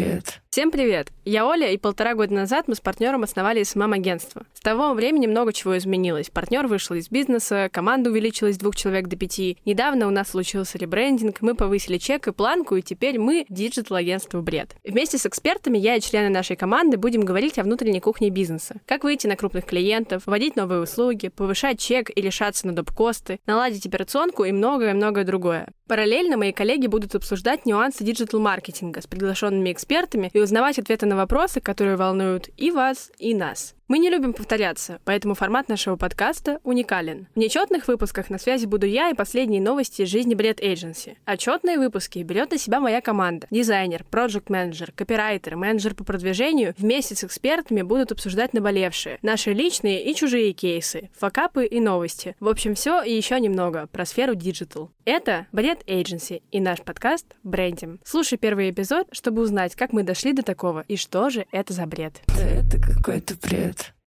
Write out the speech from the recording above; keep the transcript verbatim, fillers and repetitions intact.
бред. Всем привет! Я Оля, и полтора года назад мы с партнером основали эс эм эм-агентство. С того времени много чего изменилось. Партнер вышел из бизнеса, команда увеличилась с двух человек до пяти. Недавно у нас случился ребрендинг, мы повысили чек и планку, и теперь мы диджитал-агентство «Бред». Вместе с экспертами я и члены нашей команды будем говорить о внутренней кухне бизнеса. Как выйти на крупных клиентов, вводить новые услуги, повышать чек и решаться на доп-косты, наладить операционку и многое-многое другое. Параллельно мои коллеги будут обсуждать нюансы диджитал-маркетинга с приглашенными экспертами и узнавать ответы на вопросы, которые волнуют и вас, и нас. Мы не любим повторяться, поэтому формат нашего подкаста уникален. В нечетных выпусках на связи буду я и последние новости из жизни Бред Эйдженси. Отчетные выпуски берет на себя моя команда. Дизайнер, проджект-менеджер, копирайтер, менеджер по продвижению вместе с экспертами будут обсуждать наболевшие, наши личные и чужие кейсы, факапы и новости. В общем, все и еще немного про сферу диджитал. Это Бред Эйдженси и наш подкаст «Брендим». Слушай первый эпизод, чтобы узнать, как мы дошли до такого и что же это за бред. Да это какой-то бред.